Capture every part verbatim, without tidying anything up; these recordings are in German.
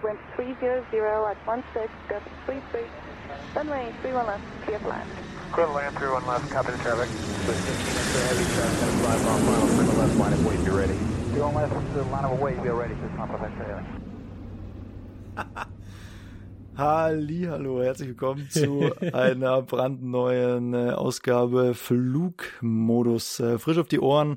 wind three zero zero at one six, gust three three, runway three one left, clear for land. Clear to land, three one left, copy the traffic. fifteen into heavy traffic, gonna fly off final, clear to left, line of weight, be ready. three one left, line of weight, be ready, just not perfect, Hallihallo, herzlich willkommen zu einer brandneuen äh, Ausgabe Flugmodus. Äh, frisch auf die Ohren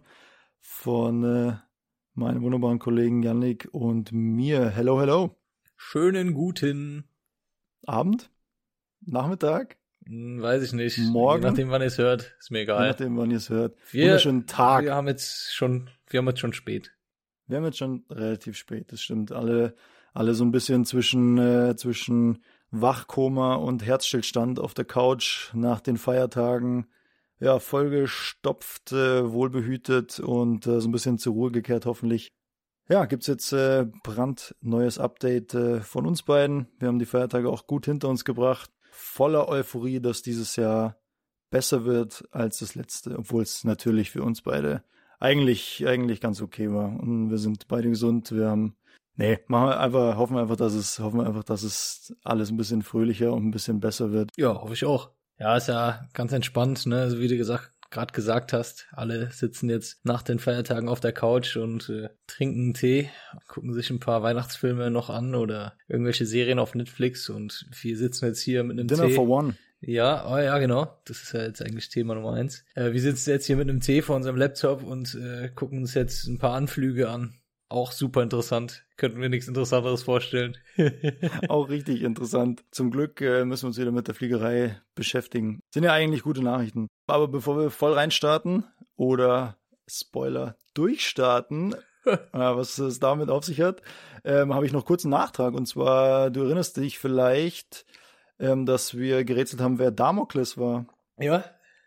von äh, meinem wunderbaren Kollegen Yannick und mir. Hello, hello. Schönen guten Abend? Nachmittag? Hm, weiß ich nicht. Morgen? Je nachdem, wann ihr es hört, ist mir egal. Je nachdem, wann ihr es hört. Wir, Wunderschönen Tag. Wir haben jetzt schon, wir haben jetzt schon spät. Wir haben jetzt schon relativ spät, das stimmt. Alle Alle so ein bisschen zwischen äh, zwischen Wachkoma und Herzstillstand auf der Couch nach den Feiertagen. Ja, vollgestopft, äh, wohlbehütet und äh, so ein bisschen zur Ruhe gekehrt hoffentlich. Ja, gibt's jetzt äh, brandneues Update äh, von uns beiden. Wir haben die Feiertage auch gut hinter uns gebracht. Voller Euphorie, dass dieses Jahr besser wird als das letzte, obwohl es natürlich für uns beide eigentlich eigentlich ganz okay war. Und wir sind beide gesund, wir haben Nee, machen wir einfach, hoffen wir einfach, dass es, hoffen wir einfach, dass es alles ein bisschen fröhlicher und ein bisschen besser wird. Ja, hoffe ich auch. Ja, ist ja ganz entspannt, ne? Also wie du gesagt, gerade gesagt hast, alle sitzen jetzt nach den Feiertagen auf der Couch und äh, trinken einen Tee, gucken sich ein paar Weihnachtsfilme noch an oder irgendwelche Serien auf Netflix und wir sitzen jetzt hier mit einem Dinner Tee. for One. Ja, oh ja, genau. Das ist ja jetzt eigentlich Thema Nummer eins. Äh, wir sitzen jetzt hier mit einem Tee vor unserem Laptop und äh, gucken uns jetzt ein paar Anflüge an. Auch super interessant. Könnten wir nichts Interessanteres vorstellen. Auch richtig interessant. Zum Glück äh, müssen wir uns wieder mit der Fliegerei beschäftigen. Sind ja eigentlich gute Nachrichten. Aber bevor wir voll reinstarten oder Spoiler durchstarten, äh, was es damit auf sich hat, ähm, habe ich noch kurz einen Nachtrag. Und zwar, du erinnerst dich vielleicht, ähm, dass wir gerätselt haben, wer Damokles war. Ja?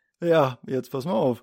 Ja, jetzt pass mal auf.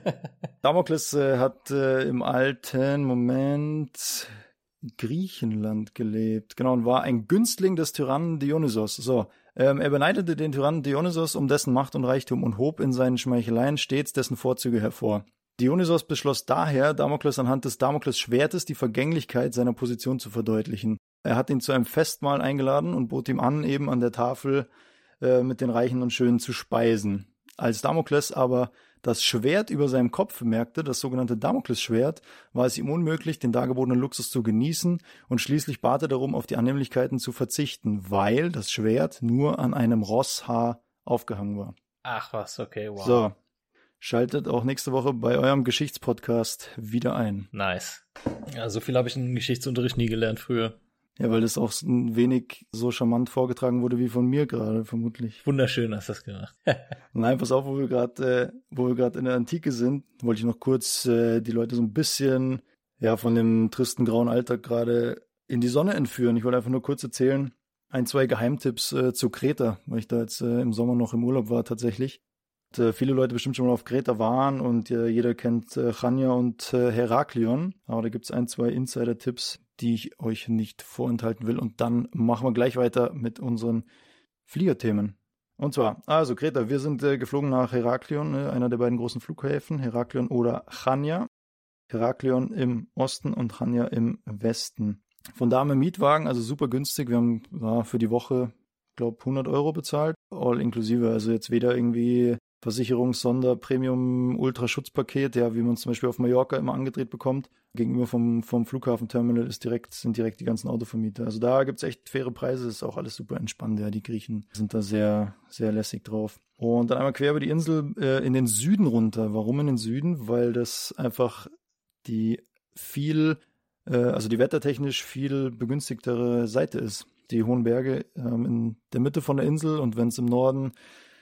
Damokles äh, hat äh, im alten Moment Griechenland gelebt, genau, und war ein Günstling des Tyrannen Dionysos. So, ähm, er beneidete den Tyrannen Dionysos um dessen Macht und Reichtum und hob in seinen Schmeicheleien stets dessen Vorzüge hervor. Dionysos beschloss daher, Damokles anhand des Damokles-Schwertes die Vergänglichkeit seiner Position zu verdeutlichen. Er hat ihn zu einem Festmahl eingeladen und bot ihm an, eben an der Tafel äh, mit den Reichen und Schönen zu speisen. Als Damokles aber das Schwert über seinem Kopf bemerkte, das sogenannte Damokles-Schwert, war es ihm unmöglich, den dargebotenen Luxus zu genießen und schließlich bat er darum, auf die Annehmlichkeiten zu verzichten, weil das Schwert nur an einem Rosshaar aufgehangen war. Ach was, okay, wow. So, schaltet auch nächste Woche bei eurem Geschichtspodcast wieder ein. Nice. Ja, so viel habe ich im Geschichtsunterricht nie gelernt früher. Ja, weil das auch ein wenig so charmant vorgetragen wurde wie von mir gerade, vermutlich. Wunderschön hast du das gemacht. Nein, pass auf, wo wir gerade äh, wo wir gerade in der Antike sind, wollte ich noch kurz äh, die Leute so ein bisschen ja von dem tristen grauen Alltag gerade in die Sonne entführen. Ich wollte einfach nur kurz erzählen, ein, zwei Geheimtipps äh, zu Kreta, weil ich da jetzt äh, im Sommer noch im Urlaub war tatsächlich. Und, äh, viele Leute bestimmt schon mal auf Kreta waren und äh, jeder kennt äh, Chania und äh, Heraklion, aber da gibt's ein, zwei Insider-Tipps, die ich euch nicht vorenthalten will. Und dann machen wir gleich weiter mit unseren Fliegerthemen. Und zwar, also Kreta, wir sind äh, geflogen nach Heraklion, äh, einer der beiden großen Flughäfen, Heraklion oder Chania. Heraklion im Osten und Chania im Westen. Von da haben wir Mietwagen, also super günstig. Wir haben ja, für die Woche, glaube hundert Euro bezahlt, all inklusive. Also jetzt weder irgendwie Versicherungs-, Sonder-, Premium-, Ultraschutzpaket, ja, wie man es zum Beispiel auf Mallorca immer angedreht bekommt. Gegenüber vom, vom Flughafenterminal ist direkt, sind direkt die ganzen Autovermieter. Also da gibt's echt faire Preise, ist auch alles super entspannt. Ja, die Griechen sind da sehr, sehr lässig drauf. Und dann einmal quer über die Insel äh, in den Süden runter. Warum in den Süden? Weil das einfach die viel, äh, also die wettertechnisch viel begünstigtere Seite ist. Die hohen Berge ähm, in der Mitte von der Insel, und wenn es im Norden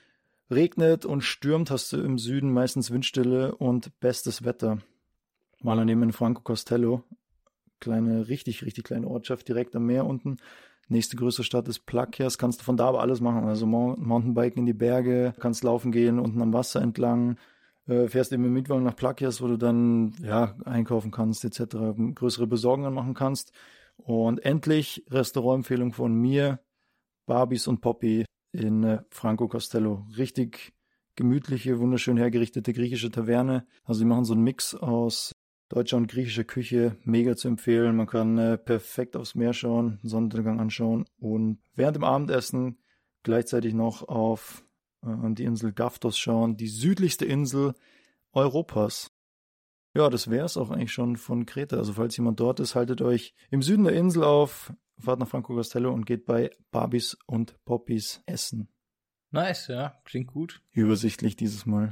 regnet und stürmt, hast du im Süden meistens Windstille und bestes Wetter. Mal daneben in Franco Costello, kleine, richtig, richtig kleine Ortschaft direkt am Meer unten. Nächste größere Stadt ist Plakias, kannst du von da aber alles machen. Also Mountainbiken in die Berge, kannst laufen gehen, unten am Wasser entlang, äh, fährst eben im Mietwagen nach Plakias, wo du dann ja einkaufen kannst et cetera, größere Besorgungen machen kannst. Und endlich Restaurantempfehlung von mir, Barbies und Poppy in äh, Franco Costello. Richtig gemütliche, wunderschön hergerichtete griechische Taverne. Also die machen so einen Mix aus deutscher und griechischer Küche, mega zu empfehlen. Man kann äh, perfekt aufs Meer schauen, den Sonnenuntergang anschauen und während dem Abendessen gleichzeitig noch auf äh, die Insel Gavdos schauen, die südlichste Insel Europas. Ja, das wäre es auch eigentlich schon von Kreta. Also falls jemand dort ist, haltet euch im Süden der Insel auf, fahrt nach Franco Castello und geht bei Barbis und Poppys essen. Nice, ja, klingt gut. Übersichtlich dieses Mal.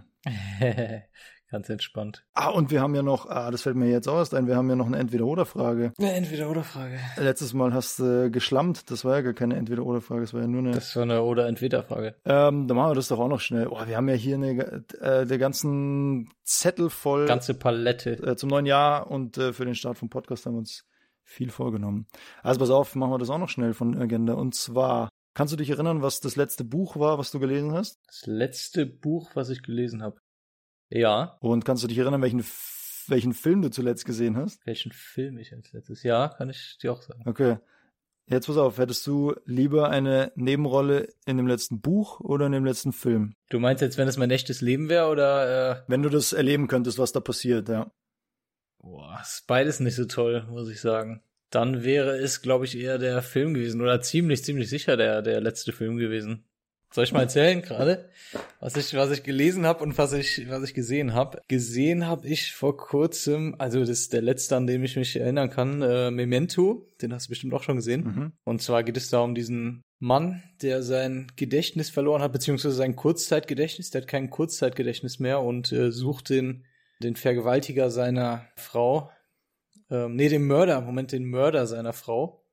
Ganz entspannt. Ah, und wir haben ja noch, ah, das fällt mir jetzt auch erst ein, wir haben ja noch eine Entweder-Oder-Frage. Eine Entweder-Oder-Frage. Letztes Mal hast du äh, geschlammt, das war ja gar keine Entweder-Oder-Frage, das war ja nur eine... Das war eine Oder-Entweder-Frage. Ähm, dann machen wir das doch auch noch schnell. Oh, wir haben ja hier eine, äh, der ganzen Zettel voll... Ganze Palette. Äh, zum neuen Jahr und äh, für den Start vom Podcast haben wir uns viel vorgenommen. Also pass auf, machen wir das auch noch schnell von Agenda. Und zwar, kannst du dich erinnern, was das letzte Buch war, was du gelesen hast? Das letzte Buch, was ich gelesen habe. Ja. Und kannst du dich erinnern, welchen, welchen Film du zuletzt gesehen hast? Welchen Film ich als letztes? Ja, kann ich dir auch sagen. Okay. Jetzt pass auf, hättest du lieber eine Nebenrolle in dem letzten Buch oder in dem letzten Film? Du meinst jetzt, wenn es mein echtes Leben wäre, oder? Äh... Wenn du das erleben könntest, was da passiert, ja. Boah, ist beides nicht so toll, muss ich sagen. Dann wäre es, glaube ich, eher der Film gewesen. Oder ziemlich, ziemlich sicher der, der letzte Film gewesen. Soll ich mal erzählen gerade, was ich, was ich gelesen habe und was ich, was ich gesehen habe? Gesehen habe ich vor kurzem, also das ist der letzte, an den ich mich erinnern kann, äh, Memento, den hast du bestimmt auch schon gesehen. Mhm. Und zwar geht es da um diesen Mann, der sein Gedächtnis verloren hat, beziehungsweise sein Kurzzeitgedächtnis, der hat kein Kurzzeitgedächtnis mehr und äh, sucht den, den Vergewaltiger seiner Frau, ähm, nee, den Mörder, Moment, den Mörder seiner Frau.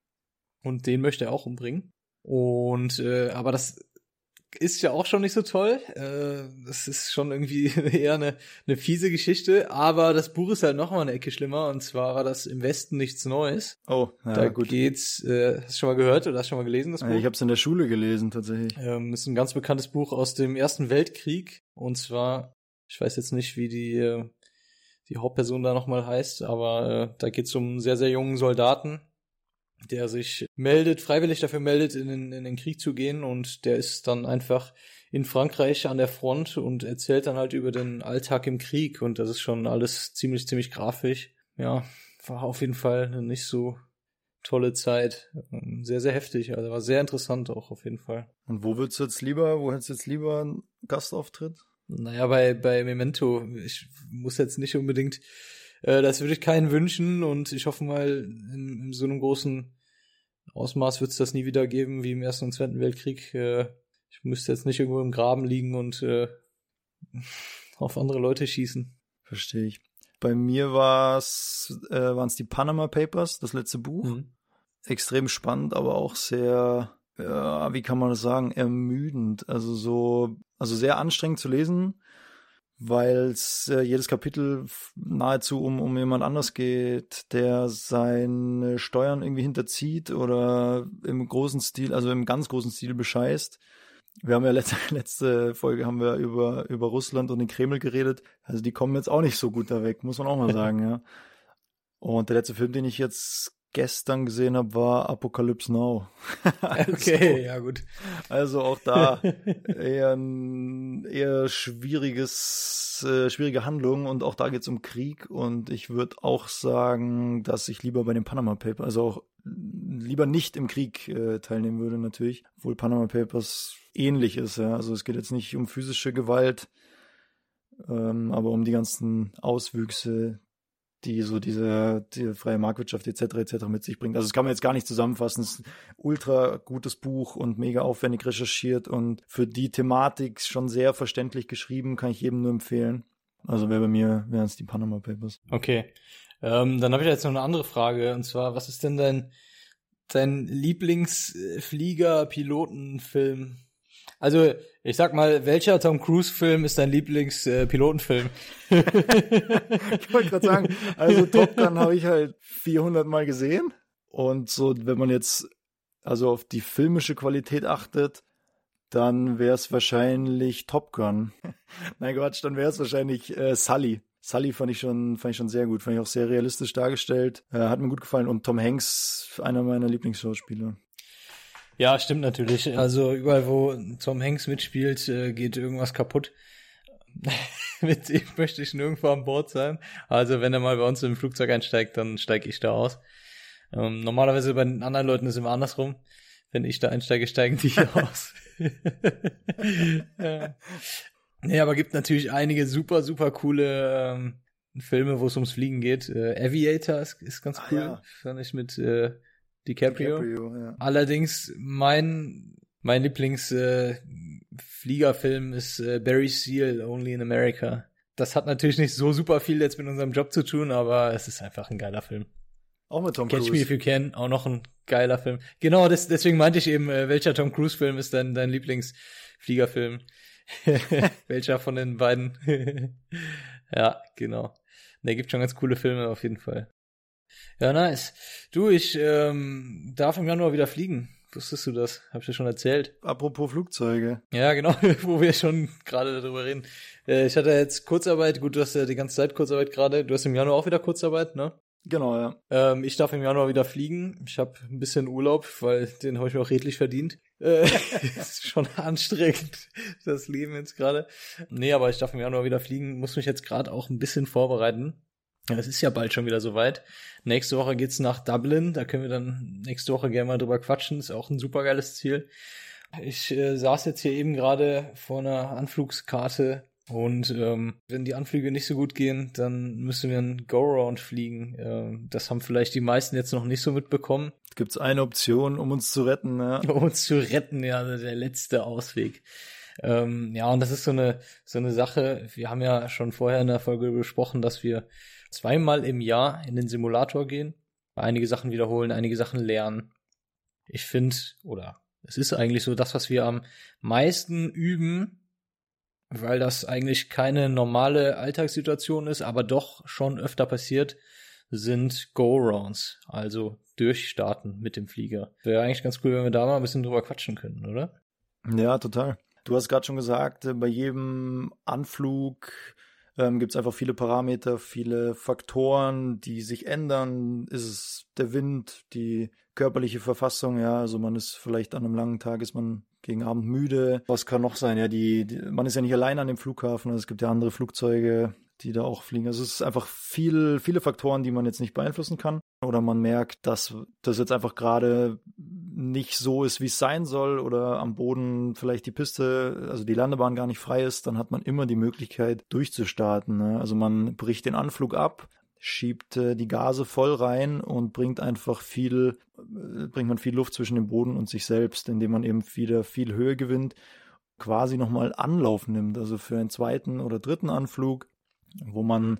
Und den möchte er auch umbringen. Und, äh, aber das ist ja auch schon nicht so toll. Äh, das ist schon irgendwie eher eine, eine fiese Geschichte. Aber das Buch ist halt noch mal eine Ecke schlimmer. Und zwar war das Im Westen nichts Neues. Oh, ja, da gut. geht's, äh, hast du schon mal gehört oder hast du schon mal gelesen, das Buch? Ich habe es in der Schule gelesen, tatsächlich. Ähm, ist ein ganz bekanntes Buch aus dem Ersten Weltkrieg. Und zwar, ich weiß jetzt nicht, wie die, äh, die Hauptperson da noch mal heißt, aber äh, da geht's um einen sehr, sehr jungen Soldaten, der sich meldet, freiwillig dafür meldet, in den, in den Krieg zu gehen, und der ist dann einfach in Frankreich an der Front und erzählt dann halt über den Alltag im Krieg, und das ist schon alles ziemlich, ziemlich grafisch. Ja, war auf jeden Fall eine nicht so tolle Zeit. Sehr, sehr heftig, also war sehr interessant auch auf jeden Fall. Und wo würdest du jetzt lieber, wo hättest du jetzt lieber einen Gastauftritt? Naja, bei, bei Memento, ich muss jetzt nicht unbedingt, äh, das würde ich keinen wünschen, und ich hoffe mal, in, in so einem großen Ausmaß wird es das nie wieder geben, wie im Ersten und Zweiten Weltkrieg. Äh, ich müsste jetzt nicht irgendwo im Graben liegen und äh, auf andere Leute schießen. Verstehe ich. Bei mir war's, äh, waren es die Panama Papers, das letzte Buch. Mhm. Extrem spannend, aber auch sehr, ja, wie kann man das sagen, ermüdend. Also so, also sehr anstrengend zu lesen, weil es äh, jedes Kapitel nahezu um, um jemand anders geht, der seine Steuern irgendwie hinterzieht oder im großen Stil, also im ganz großen Stil bescheißt. Wir haben ja letzte, letzte Folge haben wir über, über Russland und den Kreml geredet. Also die kommen jetzt auch nicht so gut da weg, muss man auch mal sagen, ja. Und der letzte Film, den ich jetzt gestern gesehen habe, war Apocalypse Now. Also, okay, ja gut. Also auch da eher ein eher schwieriges, äh, schwierige Handlung, und auch da geht es um Krieg, und ich würde auch sagen, dass ich lieber bei den Panama Papers, also auch lieber nicht im Krieg äh, teilnehmen würde natürlich, obwohl Panama Papers ähnlich ist, ja. Also es geht jetzt nicht um physische Gewalt, ähm, aber um die ganzen Auswüchse, die so diese, die freie Marktwirtschaft et cetera et cetera mit sich bringt. Also das kann man jetzt gar nicht zusammenfassen. Es ist ein ultra gutes Buch und mega aufwendig recherchiert und für die Thematik schon sehr verständlich geschrieben, kann ich jedem nur empfehlen. Also wäre bei mir, wären es die Panama Papers. Okay, ähm, dann habe ich jetzt noch eine andere Frage, und zwar, was ist denn dein, dein Lieblingsflieger-Pilotenfilm? Also, ich sag mal, welcher Tom Cruise-Film ist dein Lieblings-Pilotenfilm? Ich wollte gerade sagen, also Top Gun habe ich halt vierhundert Mal gesehen. Und so, wenn man jetzt also auf die filmische Qualität achtet, dann wäre es wahrscheinlich Top Gun. Nein, Quatsch, dann wäre es wahrscheinlich äh, Sully. Sully fand ich schon, fand ich schon sehr gut, fand ich auch sehr realistisch dargestellt. Äh, hat mir gut gefallen. Und Tom Hanks, einer meiner Lieblingsschauspieler. Ja, stimmt natürlich. Also überall, wo Tom Hanks mitspielt, geht irgendwas kaputt. mit dem möchte ich nirgendwo an Bord sein. Also wenn er mal bei uns im Flugzeug einsteigt, dann steige ich da aus. Ähm, normalerweise bei den anderen Leuten ist es immer andersrum. Wenn ich da einsteige, steigen die hier aus. ja. Nee, aber gibt natürlich einige super, super coole ähm, Filme, wo es ums Fliegen geht. Äh, Aviator ist, ist ganz cool. Ah, ja. Fand ich mit äh, DiCaprio. DiCaprio ja. Allerdings mein mein Lieblings äh, Fliegerfilm ist äh, Barry Seal, Only in America. Das hat natürlich nicht so super viel jetzt mit unserem Job zu tun, aber es ist einfach ein geiler Film. Auch mit Tom Catch Cruise. Me If You Can, auch noch ein geiler Film. Genau, das, deswegen meinte ich eben, äh, welcher Tom Cruise-Film ist dein, dein Lieblingsfliegerfilm? Welcher von den beiden? Ja, genau. Ne, gibt schon ganz coole Filme auf jeden Fall. Ja, nice. Du, ich ähm, darf im Januar wieder fliegen. Wusstest du das? Hab ich dir schon erzählt. Apropos Flugzeuge. Ja, genau, wo wir schon gerade darüber reden. Äh, ich hatte jetzt Kurzarbeit. Gut, du hast ja die ganze Zeit Kurzarbeit gerade. Du hast im Januar auch wieder Kurzarbeit, ne? Genau, ja. Ähm, ich darf im Januar wieder fliegen. Ich habe ein bisschen Urlaub, weil den habe ich mir auch redlich verdient. Äh, ist schon anstrengend, das Leben jetzt gerade. Nee, aber ich darf im Januar wieder fliegen. Muss mich jetzt gerade auch ein bisschen vorbereiten. Ja, es ist ja bald schon wieder soweit. Nächste Woche geht's nach Dublin. Da können wir dann nächste Woche gerne mal drüber quatschen. Ist auch ein super geiles Ziel. Ich äh, saß jetzt hier eben gerade vor einer Anflugskarte und ähm, wenn die Anflüge nicht so gut gehen, dann müssen wir einen Go-Round fliegen. Ähm, das haben vielleicht die meisten jetzt noch nicht so mitbekommen. Gibt's eine Option, um uns zu retten, ja. Um uns zu retten, ja, der letzte Ausweg. Ähm, ja, und das ist so eine so eine Sache. Wir haben ja schon vorher in der Folge besprochen, dass wir zweimal im Jahr in den Simulator gehen, einige Sachen wiederholen, einige Sachen lernen. Ich finde, oder es ist eigentlich so das, was wir am meisten üben, weil das eigentlich keine normale Alltagssituation ist, aber doch schon öfter passiert, sind Go-Rounds, also Durchstarten mit dem Flieger. Wäre eigentlich ganz cool, wenn wir da mal ein bisschen drüber quatschen könnten, oder? Ja, total. Du hast gerade schon gesagt, bei jedem Anflug ähm, gibt es einfach viele Parameter, viele Faktoren, die sich ändern. Ist es der Wind, die körperliche Verfassung, ja, also man ist vielleicht an einem langen Tag, ist man gegen Abend müde. Was kann noch sein? Ja, die, die man ist ja nicht allein an dem Flughafen, also es gibt ja andere Flugzeuge, die da auch fliegen. Also es ist einfach viel, viele Faktoren, die man jetzt nicht beeinflussen kann. Oder man merkt, dass das jetzt einfach gerade nicht so ist, wie es sein soll, oder am Boden vielleicht die Piste, also die Landebahn gar nicht frei ist, dann hat man immer die Möglichkeit durchzustarten, ne? Also man bricht den Anflug ab, schiebt äh, die Gase voll rein und bringt einfach viel, äh, bringt man viel Luft zwischen dem Boden und sich selbst, indem man eben wieder viel Höhe gewinnt, quasi nochmal Anlauf nimmt, also für einen zweiten oder dritten Anflug, wo man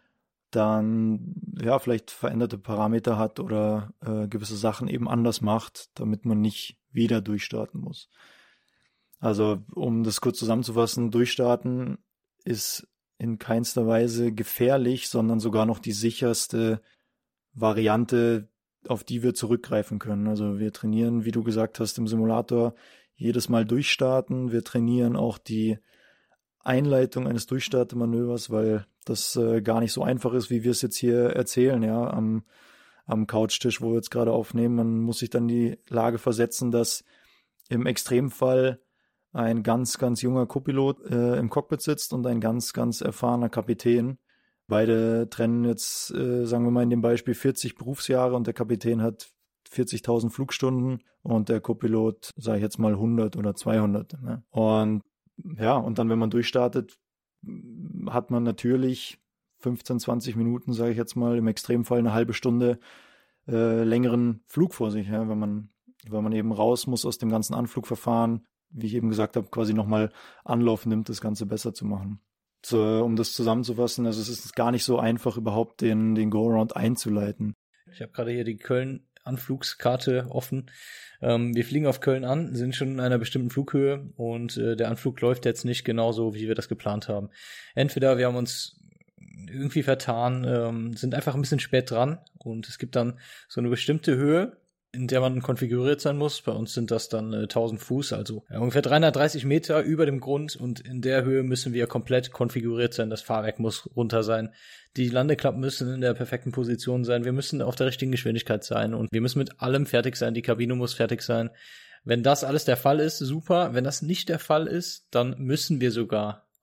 dann ja vielleicht veränderte Parameter hat oder äh, gewisse Sachen eben anders macht, damit man nicht wieder durchstarten muss. Also um das kurz zusammenzufassen, durchstarten ist in keinster Weise gefährlich, sondern sogar noch die sicherste Variante, auf die wir zurückgreifen können. Also wir trainieren, wie du gesagt hast, im Simulator jedes Mal durchstarten. Wir trainieren auch die Einleitung eines Durchstartemanövers, weil das äh, gar nicht so einfach ist, wie wir es jetzt hier erzählen, ja, am, am Couchtisch, wo wir jetzt gerade aufnehmen. Man muss sich dann die Lage versetzen, dass im Extremfall ein ganz, ganz junger Co-Pilot äh, im Cockpit sitzt und ein ganz, ganz erfahrener Kapitän. Beide trennen jetzt, äh, sagen wir mal in dem Beispiel, vierzig Berufsjahre und der Kapitän hat vierzigtausend Flugstunden und der Co-Pilot, sage ich jetzt mal, hundert oder zweihundert. Ne? Und ja, und dann, wenn man durchstartet, hat man natürlich fünfzehn, zwanzig Minuten, sage ich jetzt mal, im Extremfall eine halbe Stunde äh, längeren Flug vor sich, ja, wenn man, wenn man eben raus muss aus dem ganzen Anflugverfahren, wie ich eben gesagt habe, quasi nochmal Anlauf nimmt, das Ganze besser zu machen. So, um das zusammenzufassen, also es ist gar nicht so einfach, überhaupt den, den Go-Around einzuleiten. Ich habe gerade hier die Köln-Anflugskarte offen. Ähm, wir fliegen auf Köln an, sind schon in einer bestimmten Flughöhe und äh, der Anflug läuft jetzt nicht genauso, wie wir das geplant haben. Entweder wir haben uns irgendwie vertan, ähm, sind einfach ein bisschen spät dran und es gibt dann so eine bestimmte Höhe, in der man konfiguriert sein muss. Bei uns sind das dann äh, tausend Fuß, also äh, ungefähr dreihundertdreißig Meter über dem Grund, und in der Höhe müssen wir komplett konfiguriert sein. Das Fahrwerk muss runter sein. Die Landeklappen müssen in der perfekten Position sein. Wir müssen auf der richtigen Geschwindigkeit sein und wir müssen mit allem fertig sein. Die Kabine muss fertig sein. Wenn das alles der Fall ist, super. Wenn das nicht der Fall ist, dann müssen wir sogar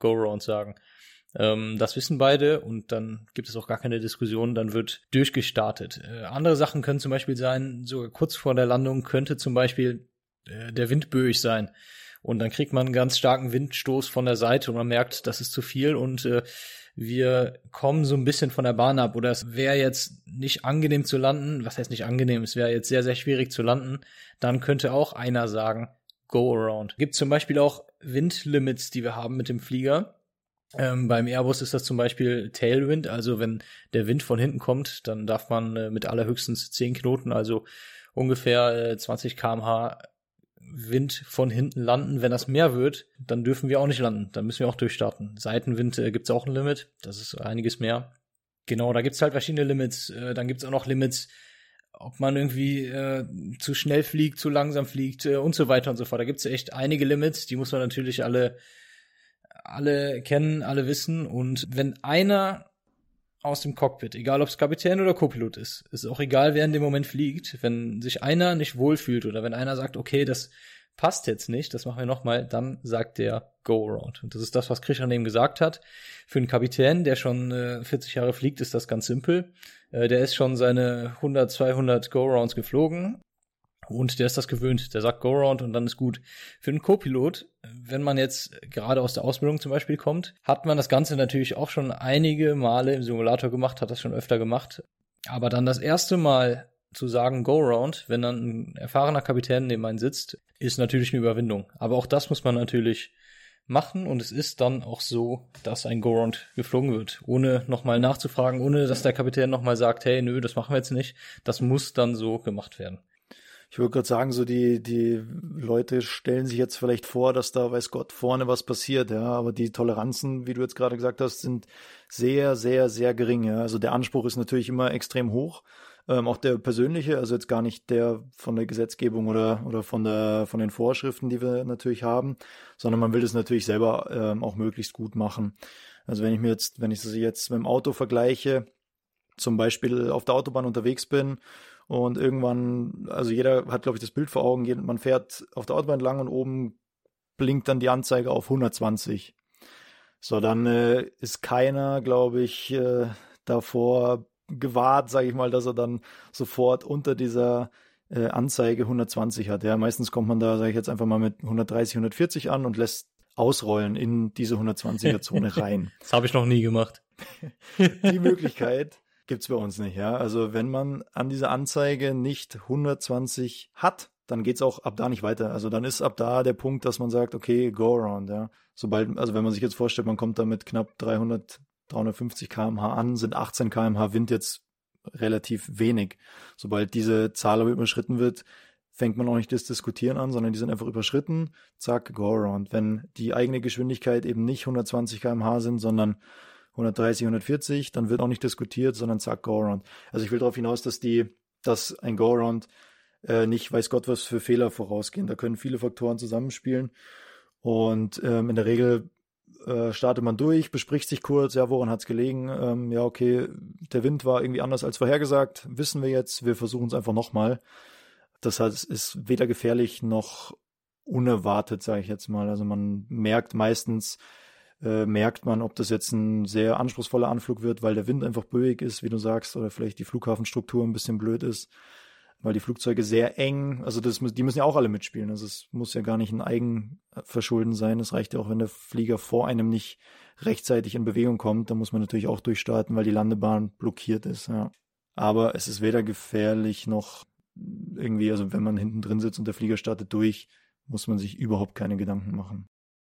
Go-Around sagen. Ähm, das wissen beide und dann gibt es auch gar keine Diskussion, dann wird durchgestartet. Äh, andere Sachen können zum Beispiel sein, sogar kurz vor der Landung könnte zum Beispiel äh, der Wind böig sein. Und dann kriegt man einen ganz starken Windstoß von der Seite und man merkt, das ist zu viel und äh, wir kommen so ein bisschen von der Bahn ab. Oder es wäre jetzt nicht angenehm zu landen. Was heißt nicht angenehm? Es wäre jetzt sehr, sehr schwierig zu landen. Dann könnte auch einer sagen, go around. Gibt zum Beispiel auch Windlimits, die wir haben mit dem Flieger. Ähm, beim Airbus ist das zum Beispiel Tailwind. Also wenn der Wind von hinten kommt, dann darf man äh, mit allerhöchstens zehn Knoten, also ungefähr äh, zwanzig Kilometer pro Stunde Wind von hinten landen. Wenn das mehr wird, dann dürfen wir auch nicht landen. Dann müssen wir auch durchstarten. Seitenwind äh, gibt es auch ein Limit. Das ist einiges mehr. Genau, da gibt es halt verschiedene Limits. Äh, dann gibt es auch noch Limits, ob man irgendwie äh, zu schnell fliegt, zu langsam fliegt äh, und so weiter und so fort. Da gibt es echt einige Limits. Die muss man natürlich alle, alle kennen, alle wissen. Und wenn einer aus dem Cockpit, egal ob es Kapitän oder Co-Pilot ist, ist auch egal, wer in dem Moment fliegt, wenn sich einer nicht wohlfühlt oder wenn einer sagt, okay, das passt jetzt nicht, das machen wir nochmal, dann sagt der Go Around. Und das ist das, was Christian eben gesagt hat. Für einen Kapitän, der schon äh, vierzig Jahre fliegt, ist das ganz simpel. Äh, der ist schon seine hundert, zweihundert Go Arounds geflogen und der ist das gewöhnt. Der sagt Go Around und dann ist gut. Für einen Co-Pilot, wenn man jetzt gerade aus der Ausbildung zum Beispiel kommt, hat man das Ganze natürlich auch schon einige Male im Simulator gemacht, hat das schon öfter gemacht. Aber dann das erste Mal zu sagen Go Around, wenn dann ein erfahrener Kapitän neben einem sitzt, ist natürlich eine Überwindung. Aber auch das muss man natürlich machen und es ist dann auch so, dass ein Go Around geflogen wird, ohne nochmal nachzufragen, ohne dass der Kapitän nochmal sagt, hey, nö, das machen wir jetzt nicht. Das muss dann so gemacht werden. Ich würde gerade sagen, so die, die Leute stellen sich jetzt vielleicht vor, dass da, weiß Gott, vorne was passiert, ja, aber die Toleranzen, wie du jetzt gerade gesagt hast, sind sehr, sehr, sehr gering, ja. Also der Anspruch ist natürlich immer extrem hoch, ähm, auch der persönliche, also jetzt gar nicht der von der Gesetzgebung oder, oder von der, von den Vorschriften, die wir natürlich haben, sondern man will das natürlich selber ähm, auch möglichst gut machen. Also wenn ich mir jetzt, wenn ich das jetzt mit dem Auto vergleiche, zum Beispiel auf der Autobahn unterwegs bin, und irgendwann, also jeder hat, glaube ich, das Bild vor Augen, man fährt auf der Autobahn lang und oben blinkt dann die Anzeige auf hundertzwanzig. So, dann äh, ist keiner, glaube ich, äh, davor gewahrt, sage ich mal, dass er dann sofort unter dieser äh, Anzeige hundertzwanzig hat. Ja, meistens kommt man da, sage ich jetzt einfach mal mit hundertdreißig, hundertvierzig an und lässt ausrollen in diese hundertzwanziger-Zone rein. Das habe ich noch nie gemacht. Die Möglichkeit gibt's bei uns nicht, ja. Also wenn man an dieser Anzeige nicht hundertzwanzig hat, dann geht's auch ab da nicht weiter. Also dann ist ab da der Punkt, dass man sagt, okay, go around, ja. Sobald, also wenn man sich jetzt vorstellt, man kommt da mit knapp dreihundert, dreihundertfünfzig Kilometer pro Stunde an, sind achtzehn Kilometer pro Stunde Wind jetzt relativ wenig. Sobald diese Zahl aber überschritten wird, fängt man auch nicht das Diskutieren an, sondern die sind einfach überschritten, zack, go around. Wenn die eigene Geschwindigkeit eben nicht hundertzwanzig Kilometer pro Stunde sind, sondern hundertdreißig, hundertvierzig, dann wird auch nicht diskutiert, sondern zack, Go-Around. Also ich will darauf hinaus, dass die, dass ein Go-Around äh, nicht weiß Gott was für Fehler vorausgehen. Da können viele Faktoren zusammenspielen und ähm, in der Regel äh, startet man durch, bespricht sich kurz, ja, woran hat's gelegen? Ähm, ja, okay, der Wind war irgendwie anders als vorhergesagt, wissen wir jetzt, wir versuchen es einfach nochmal. Das heißt, es ist weder gefährlich noch unerwartet, sage ich jetzt mal. Also man merkt meistens, Äh, merkt man, ob das jetzt ein sehr anspruchsvoller Anflug wird, weil der Wind einfach böig ist, wie du sagst, oder vielleicht die Flughafenstruktur ein bisschen blöd ist, weil die Flugzeuge sehr eng, also das, die müssen ja auch alle mitspielen, also es muss ja gar nicht ein Eigenverschulden sein, es reicht ja auch, wenn der Flieger vor einem nicht rechtzeitig in Bewegung kommt, dann muss man natürlich auch durchstarten, weil die Landebahn blockiert ist, ja. Aber es ist weder gefährlich noch irgendwie, also wenn man hinten drin sitzt und der Flieger startet durch, muss man sich überhaupt keine Gedanken machen.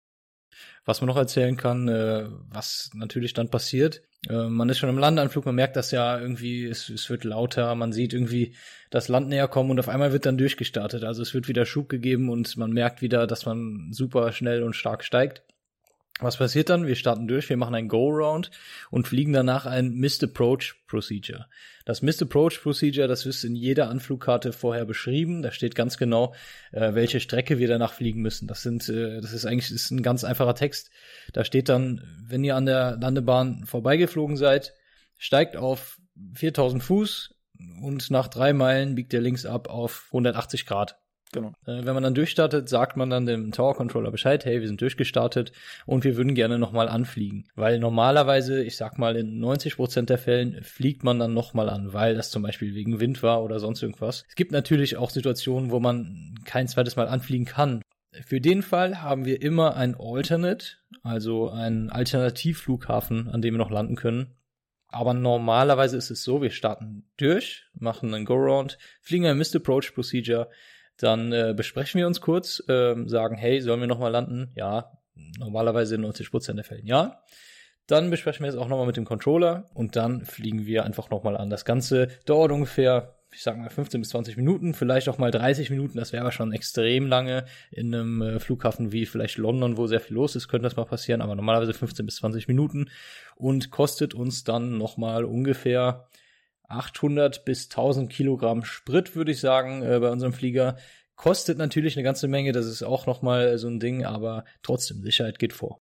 Was man noch erzählen kann, äh, was natürlich dann passiert, äh, man ist schon im Landeanflug, man merkt das ja irgendwie, es, es wird lauter, man sieht irgendwie das Land näher kommen und auf einmal wird dann durchgestartet, also es wird wieder Schub gegeben und man merkt wieder, dass man super schnell und stark steigt. Was passiert dann? Wir starten durch, wir machen ein Go-Around und fliegen danach ein Missed Approach Procedure. Das Missed Approach Procedure, das ist in jeder Anflugkarte vorher beschrieben. Da steht ganz genau, äh, welche Strecke wir danach fliegen müssen. Das sind, äh, das ist eigentlich das ist ein ganz einfacher Text. Da steht dann, wenn ihr an der Landebahn vorbeigeflogen seid, steigt auf viertausend Fuß und nach drei Meilen biegt ihr links ab auf hundertachtzig Grad. Genau. Äh, wenn man dann durchstartet, sagt man dann dem Tower Controller Bescheid, hey, wir sind durchgestartet und wir würden gerne nochmal anfliegen. Weil normalerweise, ich sag mal, in neunzig Prozent der Fällen fliegt man dann nochmal an, weil das zum Beispiel wegen Wind war oder sonst irgendwas. Es gibt natürlich auch Situationen, wo man kein zweites Mal anfliegen kann. Für den Fall haben wir immer ein Alternate, also einen Alternativflughafen, an dem wir noch landen können. Aber normalerweise ist es so, wir starten durch, machen einen Go-Round, fliegen ein Missed Approach Procedure, dann äh, besprechen wir uns kurz, äh, sagen, hey, sollen wir nochmal landen? Ja, normalerweise in neunzig Prozent der Fällen ja. Dann besprechen wir es auch nochmal mit dem Controller und dann fliegen wir einfach nochmal an. Das Ganze dauert ungefähr, ich sag mal fünfzehn bis zwanzig Minuten, vielleicht auch mal dreißig Minuten, das wäre aber schon extrem lange. In einem äh, Flughafen wie vielleicht London, wo sehr viel los ist, könnte das mal passieren, aber normalerweise fünfzehn bis zwanzig Minuten und kostet uns dann nochmal ungefähr achthundert bis tausend Kilogramm Sprit, würde ich sagen, äh, bei unserem Flieger. Kostet natürlich eine ganze Menge, das ist auch nochmal so ein Ding, aber trotzdem, Sicherheit geht vor.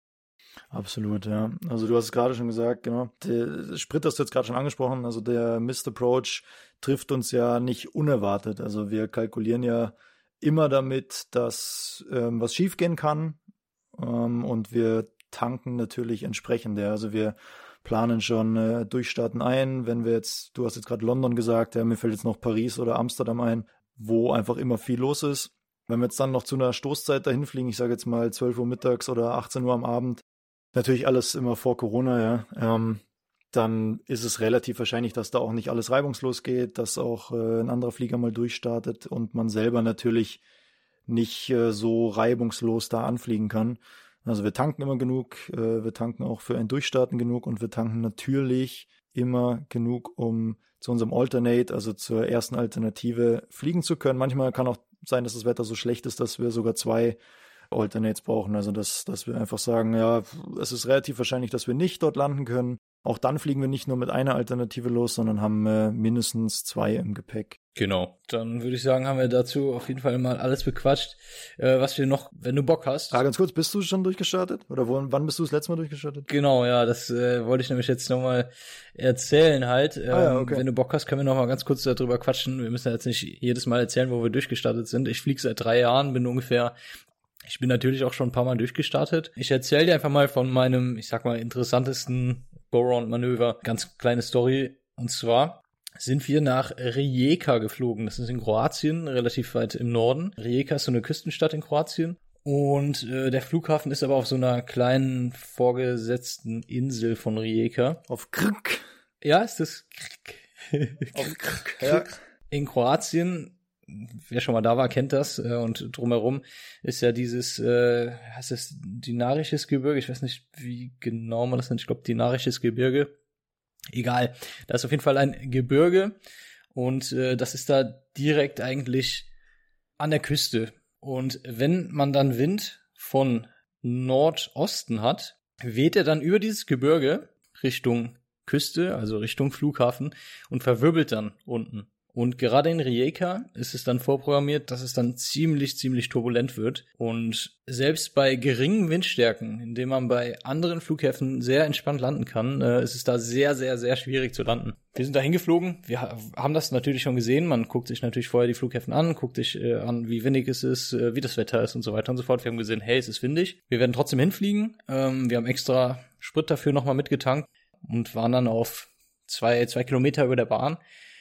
Absolut, ja. Also du hast es gerade schon gesagt, genau. Der Sprit hast du jetzt gerade schon angesprochen, also der Missed Approach trifft uns ja nicht unerwartet. Also wir kalkulieren ja immer damit, dass ähm, was schiefgehen kann ähm, und wir tanken natürlich entsprechend. Ja. Also wir planen schon äh, Durchstarten ein, wenn wir jetzt, du hast jetzt gerade London gesagt, ja, mir fällt jetzt noch Paris oder Amsterdam ein, wo einfach immer viel los ist. Wenn wir jetzt dann noch zu einer Stoßzeit dahin fliegen, ich sage jetzt mal zwölf Uhr mittags oder achtzehn Uhr am Abend, natürlich alles immer vor Corona, ja, ähm, dann ist es relativ wahrscheinlich, dass da auch nicht alles reibungslos geht, dass auch äh, ein anderer Flieger mal durchstartet und man selber natürlich nicht äh, so reibungslos da anfliegen kann. Also wir tanken immer genug, äh, wir tanken auch für ein Durchstarten genug und wir tanken natürlich immer genug, um zu unserem Alternate, also zur ersten Alternative, fliegen zu können. Manchmal kann auch sein, dass das Wetter so schlecht ist, dass wir sogar zwei Alternates brauchen. Also dass, dass wir einfach sagen, ja, es ist relativ wahrscheinlich, dass wir nicht dort landen können. Auch dann fliegen wir nicht nur mit einer Alternative los, sondern haben äh, mindestens zwei im Gepäck. Genau, dann würde ich sagen, haben wir dazu auf jeden Fall mal alles bequatscht, äh, was wir noch, wenn du Bock hast. Ah, ganz kurz, bist du schon durchgestartet? Oder wo, wann bist du das letzte Mal durchgestartet? Genau, ja, das äh, wollte ich nämlich jetzt nochmal erzählen halt. Ähm, ah, ja, okay. Wenn du Bock hast, können wir nochmal ganz kurz darüber quatschen. Wir müssen jetzt nicht jedes Mal erzählen, wo wir durchgestartet sind. Ich fliege seit drei Jahren, bin ungefähr Ich bin natürlich auch schon ein paar Mal durchgestartet. Ich erzähle dir einfach mal von meinem, ich sag mal, interessantesten Go-Round-Manöver. Ganz kleine Story. Und zwar sind wir nach Rijeka geflogen. Das ist in Kroatien, relativ weit im Norden. Rijeka ist so eine Küstenstadt in Kroatien. Und äh, der Flughafen ist aber auf so einer kleinen vorgesetzten Insel von Rijeka. Auf Krk. Ja, ist das Krk. Auf Krk. Ja. In Kroatien. Wer schon mal da war, kennt das. Und drumherum ist ja dieses, äh, heißt das Dinarisches Gebirge? Ich weiß nicht, wie genau man das nennt. Ich glaube, Dinarisches Gebirge. Egal. Da ist auf jeden Fall ein Gebirge. Und äh, das ist da direkt eigentlich an der Küste. Und wenn man dann Wind von Nordosten hat, weht er dann über dieses Gebirge Richtung Küste, also Richtung Flughafen und verwirbelt dann unten. Und gerade in Rijeka ist es dann vorprogrammiert, dass es dann ziemlich, ziemlich turbulent wird. Und selbst bei geringen Windstärken, indem man bei anderen Flughäfen sehr entspannt landen kann, äh, ist es da sehr, sehr, sehr schwierig zu landen. Wir sind da hingeflogen, wir ha- haben das natürlich schon gesehen. Man guckt sich natürlich vorher die Flughäfen an, guckt sich äh, an, wie windig es ist, äh, wie das Wetter ist und so weiter und so fort. Wir haben gesehen, hey, es ist windig. Wir werden trotzdem hinfliegen. Ähm, wir haben extra Sprit dafür nochmal mitgetankt und waren dann auf zwei, zwei Kilometer über der Bahn.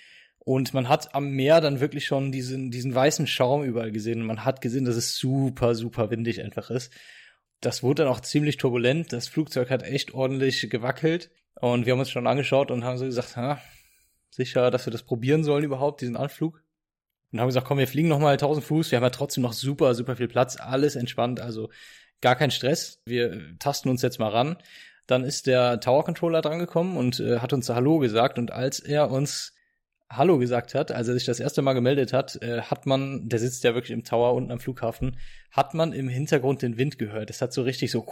Und man hat am Meer dann wirklich schon diesen, diesen weißen Schaum überall gesehen. Und man hat gesehen, dass es super, super windig einfach ist. Das wurde dann auch ziemlich turbulent. Das Flugzeug hat echt ordentlich gewackelt. Und wir haben uns schon angeschaut und haben so gesagt, ha, sicher, dass wir das probieren sollen überhaupt, diesen Anflug. Und haben gesagt, komm, wir fliegen nochmal tausend Fuß. Wir haben ja trotzdem noch super, super viel Platz. Alles entspannt, also gar kein Stress. Wir tasten uns jetzt mal ran. Dann ist der Tower Controller drangekommen und äh, hat uns Hallo gesagt. Und als er uns Hallo gesagt hat, als er sich das erste Mal gemeldet hat, äh, hat man, der sitzt ja wirklich im Tower unten am Flughafen, hat man im Hintergrund den Wind gehört. Es hat so richtig so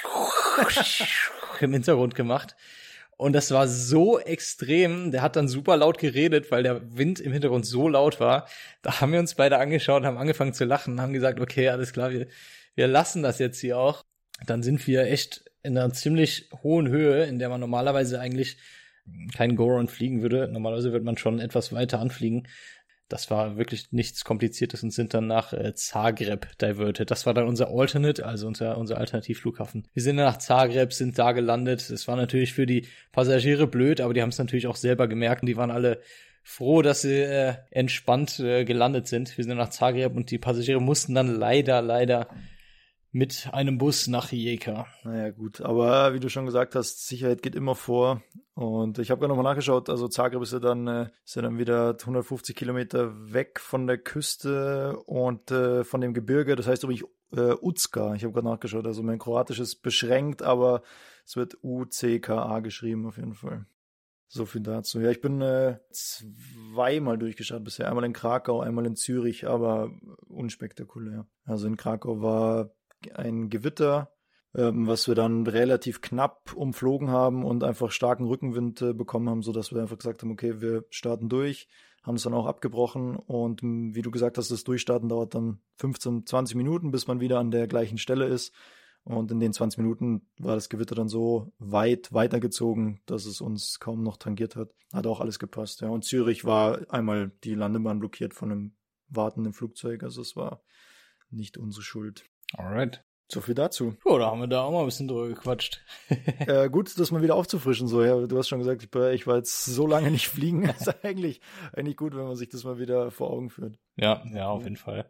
im Hintergrund gemacht. Und das war so extrem, der hat dann super laut geredet, weil der Wind im Hintergrund so laut war. Da haben wir uns beide angeschaut, haben angefangen zu lachen, haben gesagt, okay, alles klar, wir, wir lassen das jetzt hier auch. Dann sind wir echt in einer ziemlich hohen Höhe, in der man normalerweise eigentlich kein Go-Round fliegen würde. Normalerweise wird man schon etwas weiter anfliegen. Das war wirklich nichts Kompliziertes und sind dann nach äh, Zagreb diverted. Das war dann unser Alternate, also unser, unser Alternativflughafen. Wir sind dann nach Zagreb, sind da gelandet. Das war natürlich für die Passagiere blöd, aber die haben es natürlich auch selber gemerkt und die waren alle froh, dass sie äh, entspannt äh, gelandet sind. Wir sind nach Zagreb und die Passagiere mussten dann leider, leider mit einem Bus nach Rijeka. Naja, gut. Aber wie du schon gesagt hast, Sicherheit geht immer vor. Und ich habe gerade nochmal nachgeschaut. Also Zagreb ist ja dann, äh, ist ja dann wieder hundertfünfzig Kilometer weg von der Küste und äh, von dem Gebirge. Das heißt übrigens äh, Ucka. Ich habe gerade nachgeschaut. Also mein Kroatisch ist beschränkt, aber es wird U C K A geschrieben auf jeden Fall. So viel dazu. Ja, ich bin äh, zweimal durchgeschaut bisher. Einmal in Krakau, einmal in Zürich, aber unspektakulär. Also in Krakau war ein Gewitter, ähm, was wir dann relativ knapp umflogen haben und einfach starken Rückenwind äh, bekommen haben, sodass wir einfach gesagt haben, okay, wir starten durch, haben es dann auch abgebrochen und m, wie du gesagt hast, das Durchstarten dauert dann fünfzehn, zwanzig Minuten, bis man wieder an der gleichen Stelle ist. Und in den zwanzig Minuten war das Gewitter dann so weit weitergezogen, dass es uns kaum noch tangiert hat. Hat auch alles gepasst, ja. Und Zürich war einmal die Landebahn blockiert von einem wartenden Flugzeug, also es war nicht unsere Schuld. Alright. So viel dazu. Oh, da haben wir da auch mal ein bisschen drüber gequatscht. äh, gut, das mal wieder aufzufrischen. So, ja, du hast schon gesagt, ich war, ich war jetzt so lange nicht fliegen. Das ist eigentlich, eigentlich gut, wenn man sich das mal wieder vor Augen führt. Ja, ja, auf jeden Fall.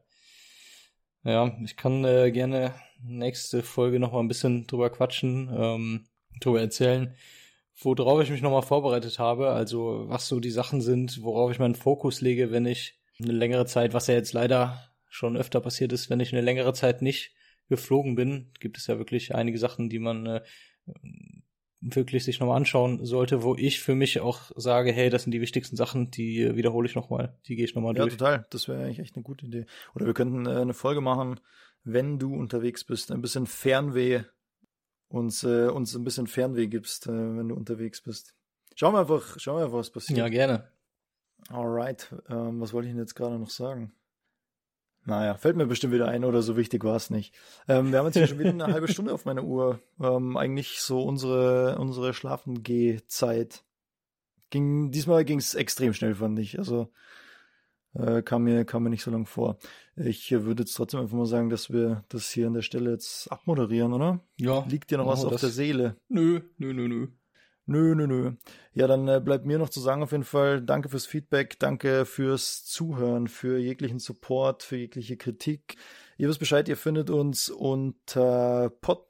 Ja, ich kann äh, gerne nächste Folge noch mal ein bisschen drüber quatschen, ähm, drüber erzählen, worauf ich mich noch mal vorbereitet habe. Also was so die Sachen sind, worauf ich meinen Fokus lege, wenn ich eine längere Zeit, was ja jetzt leider schon öfter passiert ist, wenn ich eine längere Zeit nicht geflogen bin, gibt es ja wirklich einige Sachen, die man äh, wirklich sich nochmal anschauen sollte, wo ich für mich auch sage, hey, das sind die wichtigsten Sachen, die äh, wiederhole ich nochmal, die gehe ich nochmal durch. Ja, total. Das wäre eigentlich echt eine gute Idee. Oder wir könnten äh, eine Folge machen, wenn du unterwegs bist, ein bisschen Fernweh, uns, äh, uns ein bisschen Fernweh gibst, äh, wenn du unterwegs bist. Schauen wir einfach, schauen wir einfach, was passiert. Ja, gerne. Alright, ähm, was wollte ich denn jetzt gerade noch sagen? Naja, fällt mir bestimmt wieder ein oder so wichtig war es nicht. Ähm, wir haben jetzt hier schon wieder eine halbe Stunde auf meiner Uhr. Ähm, eigentlich so unsere unsere Schlafengeh-Zeit. Ging, diesmal ging es extrem schnell, fand ich. Also äh, kam mir kam mir nicht so lang vor. Ich äh, würde jetzt trotzdem einfach mal sagen, dass wir das hier an der Stelle jetzt abmoderieren, oder? Ja. Liegt dir noch was oh, auf der Seele? Nö, nö, nö, nö. Nö, nö, nö. Ja, dann äh, bleibt mir noch zu sagen auf jeden Fall, danke fürs Feedback, danke fürs Zuhören, für jeglichen Support, für jegliche Kritik. Ihr wisst Bescheid, ihr findet uns unter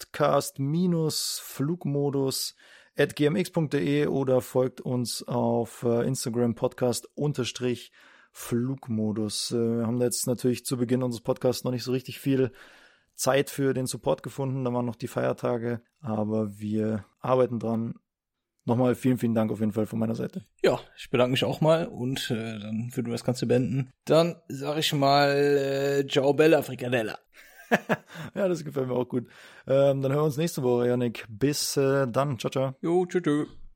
podcast-flugmodus at g m x punkt d e oder folgt uns auf äh, Instagram podcast-flugmodus. Äh, wir haben da jetzt natürlich zu Beginn unseres Podcasts noch nicht so richtig viel Zeit für den Support gefunden, da waren noch die Feiertage, aber wir arbeiten dran. Nochmal vielen, vielen Dank auf jeden Fall von meiner Seite. Ja, ich bedanke mich auch mal und äh, dann würden wir das Ganze beenden. Dann sage ich mal äh, Ciao Bella Frikadella. Ja, das gefällt mir auch gut. Ähm, dann hören wir uns nächste Woche, Janik. Bis äh, dann. Ciao, ciao. Jo, tschüss.